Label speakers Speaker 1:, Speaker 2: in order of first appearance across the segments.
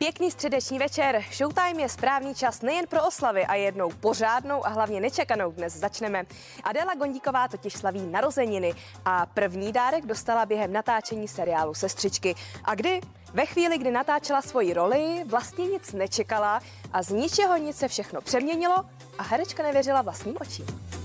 Speaker 1: Pěkný středeční večer. Showtime je správný čas nejen pro oslavy a jednou pořádnou a hlavně nečekanou dnes začneme. Adéla Gondíková totiž slaví narozeniny a první dárek dostala během natáčení seriálu Sestřičky. A kdy? Ve chvíli, kdy natáčela svoji roli, vlastně nic nečekala a z ničeho nic se všechno přeměnilo a herečka nevěřila vlastním očím.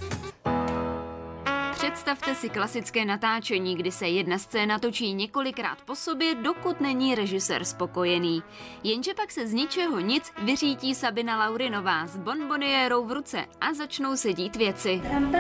Speaker 2: Představte si klasické natáčení, kdy se jedna scéna točí několikrát po sobě, dokud není režisér spokojený. Jenže pak se z ničeho nic vyřítí Sabina Laurinová s bonboniérou v ruce a začnou se dít věci.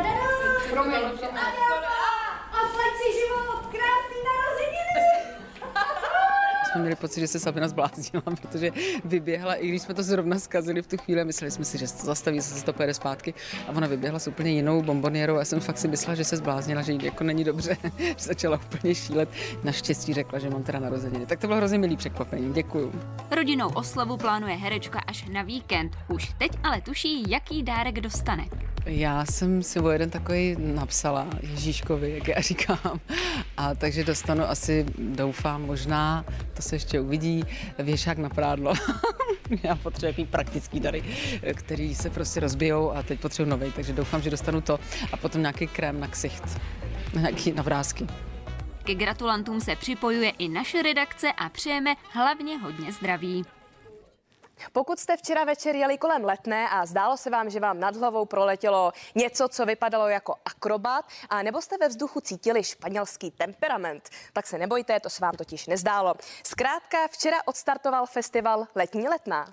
Speaker 3: Oslaď si život, krásný narozeniny!
Speaker 4: Jsme měli pocit, že se Sabina zbláznila, protože vyběhla, i když jsme to zrovna zkazili v tu chvíli, mysleli jsme si, že se to zastaví, se to pojede zpátky a ona vyběhla s úplně jinou bombonierou. Já jsem fakt si myslela, že se zbláznila, že jí jako není dobře, že začala úplně šílet. Naštěstí řekla, že mám teda narozeniny. Tak to bylo hrozně milý překvapení, děkuju.
Speaker 2: Rodinnou oslavu plánuje herečka až na víkend. Už teď ale tuší, jaký dárek dostane.
Speaker 4: Já jsem si o jeden takový napsala Ježíškovi, jak já říkám. A takže dostanu asi, doufám, možná, to se ještě uvidí, věšák na prádlo. Já potřebuji jaký praktický dary, který se prostě rozbijou a teď potřebuji novej, takže doufám, že dostanu to a potom nějaký krém na ksicht, nějaký na vrásky.
Speaker 2: Ke gratulantům se připojuje i naše redakce a přejeme hlavně hodně zdraví.
Speaker 1: Pokud jste včera večer jeli kolem Letné a zdálo se vám, že vám nad hlavou proletělo něco, co vypadalo jako akrobat, a nebo jste ve vzduchu cítili španělský temperament, tak se nebojte, to se vám totiž nezdálo. Zkrátka včera odstartoval festival Letní Letná.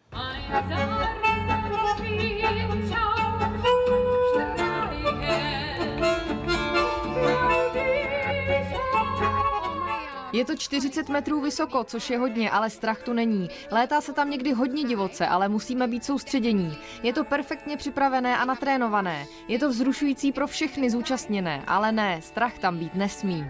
Speaker 5: Je to 40 metrů vysoko, což je hodně, ale strach tu není. Létá se tam někdy hodně divoce, ale musíme být soustředění. Je to perfektně připravené a natrénované. Je to vzrušující pro všechny zúčastněné, ale ne, strach tam být nesmí.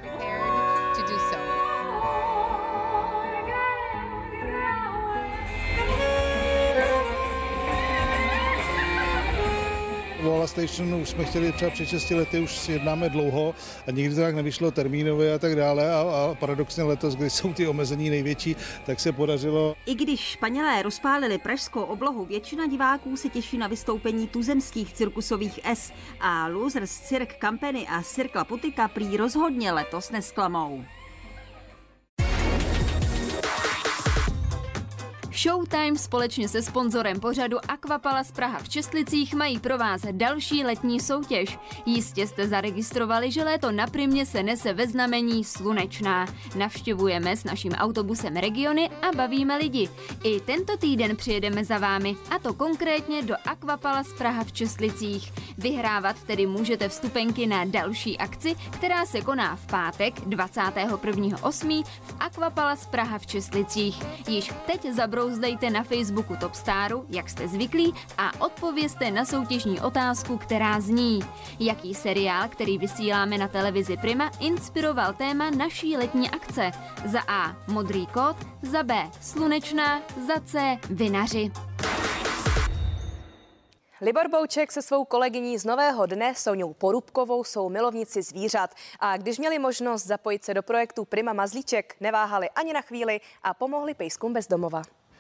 Speaker 6: Voila Station už jsme chtěli třeba před 6 lety, už jednáme dlouho a nikdy to tak nevyšlo termínově a tak dále a paradoxně letos, kdy jsou ty omezení největší, tak se podařilo.
Speaker 7: I když Španělé rozpálili pražskou oblohu, většina diváků se těší na vystoupení tuzemských cirkusových S a Losers Cirque Company a Cirque La Putica prý rozhodně letos nesklamou.
Speaker 2: Showtime společně se sponzorem pořadu Aquapalace Praha v Čestlicích mají pro vás další letní soutěž. Jistě jste zaregistrovali, že léto na Primě se nese ve znamení slunečná. Navštěvujeme s naším autobusem regiony a bavíme lidi. I tento týden přijedeme za vámi, a to konkrétně do Aquapalace Praha v Čestlicích. Vyhrávat tedy můžete vstupenky na další akci, která se koná v pátek 21.8. v Aquapalace Praha v Čestlicích. Již teď zabrouzdejte na Facebooku Topstaru, jak jste zvyklí, a odpovězte na soutěžní otázku, která zní: jaký seriál, který vysíláme na televizi Prima, inspiroval téma naší letní akce? Za A Modrý kód, za B Slunečná, za C Vinaři.
Speaker 1: Libor Bouček se svou kolegyní z Nového dne Soňou Porubkovou jsou milovníci zvířat a když měli možnost zapojit se do projektu Prima Mazlíček, neváhali ani na chvíli a pomohli pejskům bez domova.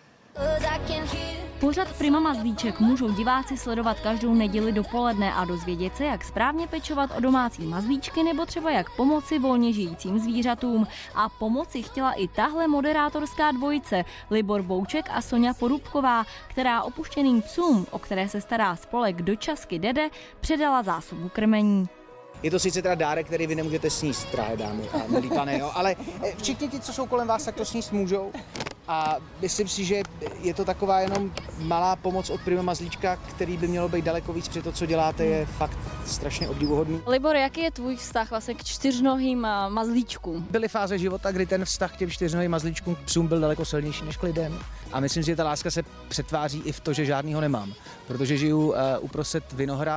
Speaker 8: Pořad Prima Mazlíček můžou diváci sledovat každou neděli dopoledne a dozvědět se, jak správně pečovat o domácí mazlíčky nebo třeba jak pomoci volně žijícím zvířatům. A pomoci chtěla i tahle moderátorská dvojice, Libor Bouček a Soňa Porubková, která opuštěným psům, o které se stará spolek Dočasky Dede, předala zásobu krmení.
Speaker 9: Je to sice teda dárek, který vy nemůžete sníst, drahé dámy a milí pane, jo, ale všichni ti, co jsou kolem vás, tak to sníst můžou. A myslím si, že je to taková jenom malá pomoc od Prima Mazlíčka, který by mělo být daleko víc, protože to, co děláte, je fakt strašně obdivuhodný.
Speaker 8: Libor, jaký je tvůj vztah vlastně k čtyřnohým mazlíčkům?
Speaker 9: Byly fáze života, kdy ten vztah k těm čtyřnohým mazlíčkům k psům byl daleko silnější než k lidem. A myslím si, že ta láska se přetváří i v to, že žádnýho nemám. Protože žiju uprostřed Vinohrad,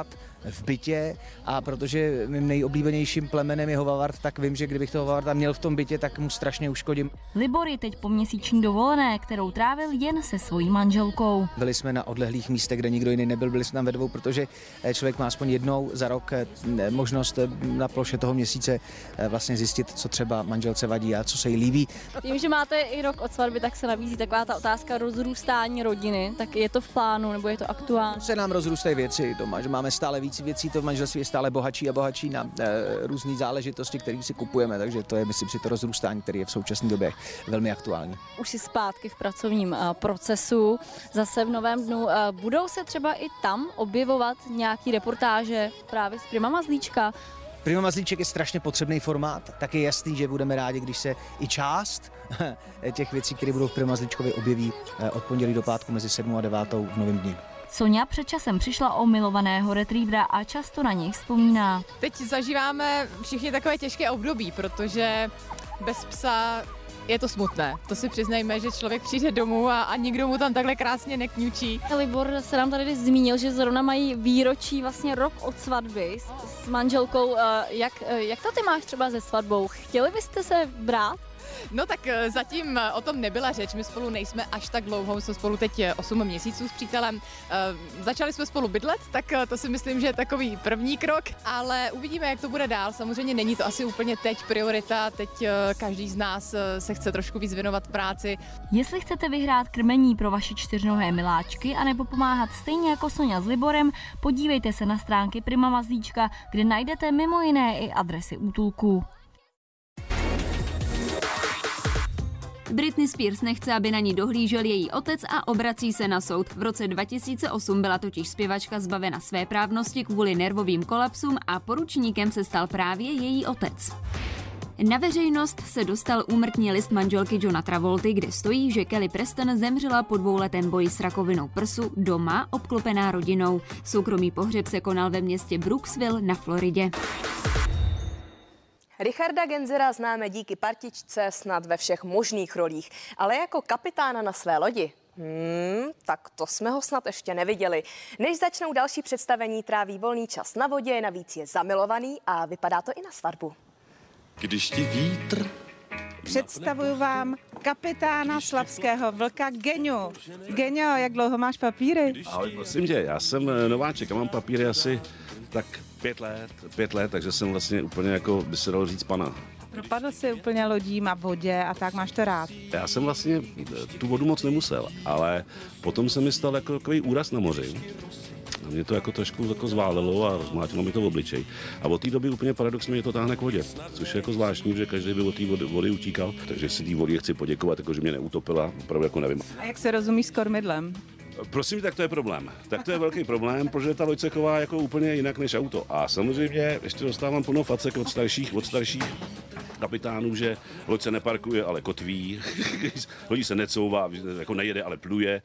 Speaker 9: v bytě a protože mým nejoblíbenějším plemenem je hovavart, tak vím, že kdybych toho hovavarta měl v tom bytě, tak mu strašně uškodím.
Speaker 8: Libor je teď po měsíční dovolené, kterou trávil jen se svojí manželkou.
Speaker 9: Byli jsme na odlehlých místech, kde nikdo jiný nebyl, byli jsme tam ve dvou, protože člověk má aspoň jednou za rok možnost na ploše toho měsíce vlastně zjistit, co třeba manželce vadí a co se jí líbí.
Speaker 10: Tím, že máte i rok od svatby, tak se nabízí taková ta otázka rozrůstání rodiny. Tak je to v plánu nebo je to aktuální?
Speaker 9: Se nám rozrůstají věci doma, že máme stále víc věcí, to manželství je stále bohatší a bohatší na různé záležitosti, které si kupujeme, takže to je, myslím si, to rozrůstání, které je v současné době velmi aktuální.
Speaker 10: Už si zpátky v pracovním procesu, zase v novém dnu. Budou se třeba i tam objevovat nějaký reportáže právě z Prima Mazlíčka?
Speaker 9: Prima Mazlíček je strašně potřebný formát, tak je jasný, že budeme rádi, když se i část těch věcí, které budou v Prima Mazlíčkovi, objeví od pondělí do pátku mezi 7 a 9 v novém dni.
Speaker 8: Sonja před časem přišla o milovaného retrievera a často na něj vzpomíná.
Speaker 11: Teď zažíváme všichni takové těžké období, protože bez psa je to smutné. To si přiznejme, že člověk přijde domů a nikdo mu tam takhle krásně nekňučí.
Speaker 10: Libor se nám tady zmínil, že zrovna mají výročí, vlastně rok od svatby s manželkou. Jak to ty máš třeba se svatbou? Chtěli byste se brát?
Speaker 11: No tak zatím o tom nebyla řeč, my spolu nejsme až tak dlouho, jsme spolu teď 8 měsíců s přítelem. Začali jsme spolu bydlet, tak to si myslím, že je takový první krok, ale uvidíme, jak to bude dál. Samozřejmě není to asi úplně teď priorita, teď každý z nás se chce trošku víc věnovat práci.
Speaker 8: Jestli chcete vyhrát krmení pro vaše čtyřnohé miláčky anebo pomáhat stejně jako Sonja s Liborem, podívejte se na stránky Prima Mazlíčka, kde najdete mimo jiné i adresy útulků.
Speaker 2: Britney Spears nechce, aby na ní dohlížel její otec a obrací se na soud. V roce 2008 byla totiž zpěvačka zbavena své právnosti kvůli nervovým kolapsům a poručníkem se stal právě její otec. Na veřejnost se dostal úmrtní list manželky Johna Travolty, kde stojí, že Kelly Preston zemřela po 2letém boji s rakovinou prsu doma, obklopená rodinou. Soukromý pohřeb se konal ve městě Brooksville na Floridě.
Speaker 1: Richarda Genzera známe díky partičce snad ve všech možných rolích, ale jako kapitána na své lodi. Tak to jsme ho snad ještě neviděli. Než začnou další představení, tráví volný čas na vodě, navíc je zamilovaný a vypadá to i na svatbu.
Speaker 12: Když ti vítr...
Speaker 13: Představuju vám kapitána Slabského vlka Geňu. Geňo, jak dlouho máš papíry?
Speaker 12: Ahoj, prosím tě, já jsem nováček a mám papíry asi tak 5 let, takže jsem vlastně úplně jako, by se dalo říct, pana.
Speaker 13: Propadl jsi úplně lodím a vodě a tak, máš to rád?
Speaker 12: Já jsem vlastně tu vodu moc nemusel, ale potom se mi stal jako takový úraz na moři. A mě to jako trošku jako zválelo a rozmlátilo mi to v obličej. A od té doby úplně paradoxně mě to táhne k vodě, což je jako zvláštní, že každý by od té vody utíkal. Takže si té vody chci poděkovat, jako že mě neutopila, opravdu jako nevím.
Speaker 13: A jak se rozumíš s kormidlem?
Speaker 12: Prosím, tak to je problém. Tak to je velký problém, protože ta loď se chová jako úplně jinak než auto. A samozřejmě ještě dostávám plno facek od starších kapitánů, že loď se neparkuje, ale kotví, lodí se necouvá, jako nejede, ale pluje.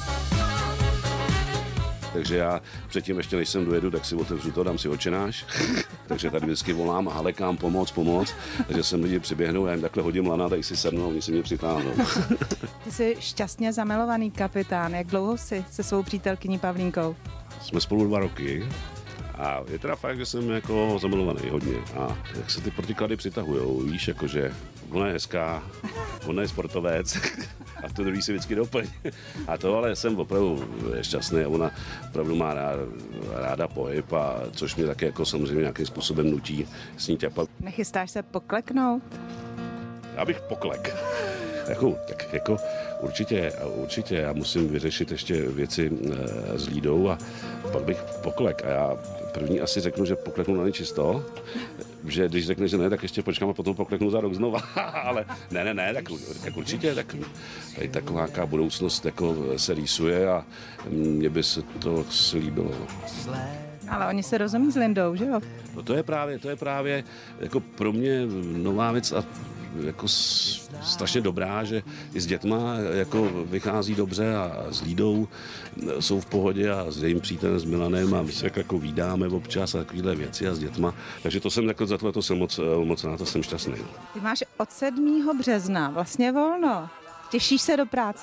Speaker 12: Takže já předtím, ještě než sem dojedu, tak si otevřu to, dám si očenáš. Takže tady vždycky volám a halekám pomoc. Takže sem lidi přiběhnou, já jim takhle hodím lana, tady si sednou a oni si mě přitáhnou.
Speaker 13: Ty jsi šťastně zamilovaný kapitán. Jak dlouho jsi se svou přítelkyní Pavlínkou?
Speaker 12: Jsme spolu 2 roky. A je teda fakt, že jsem jako zamilovaný hodně. A jak se ty protiklady přitahujou, víš, jakože ona je hezká, ona je sportovec a to druhý si vždycky doplň. A to ale jsem opravdu šťastný a ona opravdu má ráda pohyb, a což mě také jako samozřejmě nějakým způsobem nutí s ní těpat.
Speaker 13: Nechystáš se pokleknout?
Speaker 12: Já bych poklek. Tak jako určitě já musím vyřešit ještě věci s Lídou a pak bych poklek. A já první asi řeknu, že pokleknu na nečisto, že když řekne, že ne, tak ještě počkám a potom pokleknu za rok znova. Ale ne, tak určitě tak taková nějaká budoucnost jako se rýsuje a mně by se to líbilo.
Speaker 13: Ale oni se rozumí s Lindou, že jo?
Speaker 12: No to je právě jako pro mě nová věc a jako strašně dobrá, že i s dětma jako vychází dobře a s Lídou jsou v pohodě a s jejím přítelem, s Milanem a my se jako vídáme občas a takovéhle věci a s dětma. Takže to jsem jako za tohle jsem moc na to jsem šťastný.
Speaker 13: Ty máš od 7. března vlastně volno. Těšíš se do práce?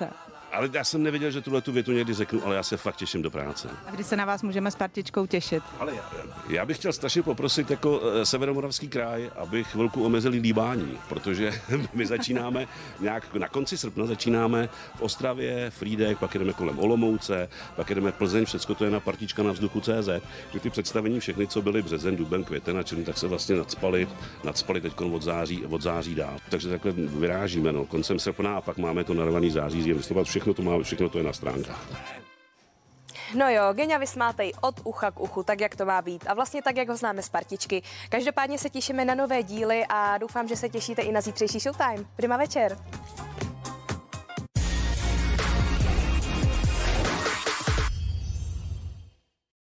Speaker 12: Ale já jsem nevěděl, že tu větu někdy řeknu, ale já se fakt těším do práce.
Speaker 13: A kdy se na vás můžeme s partičkou těšit?
Speaker 12: Ale já bych chtěl strašně poprosit jako Severomoravský kraj, aby chvilku omezili líbání, protože my začínáme nějak na konci srpna začínáme v Ostravě, Frýdek, pak jdeme kolem Olomouce, pak jdeme Plzeň, všecko to je na partička na vzduchu.cz, že ty představení všechny, co byly březen, duben, květen a červn, tak se vlastně nacpali teď od září dál. Takže takhle vyrážíme, no, koncem srpna a pak máme to narvaný září, listopad, všechno to je na stránkách.
Speaker 1: No jo, Geňa vysmátej od ucha k uchu, tak jak to má být a vlastně tak, jak ho známe z partičky. Každopádně se těšíme na nové díly a doufám, že se těšíte i na zítřejší Showtime. Prima večer.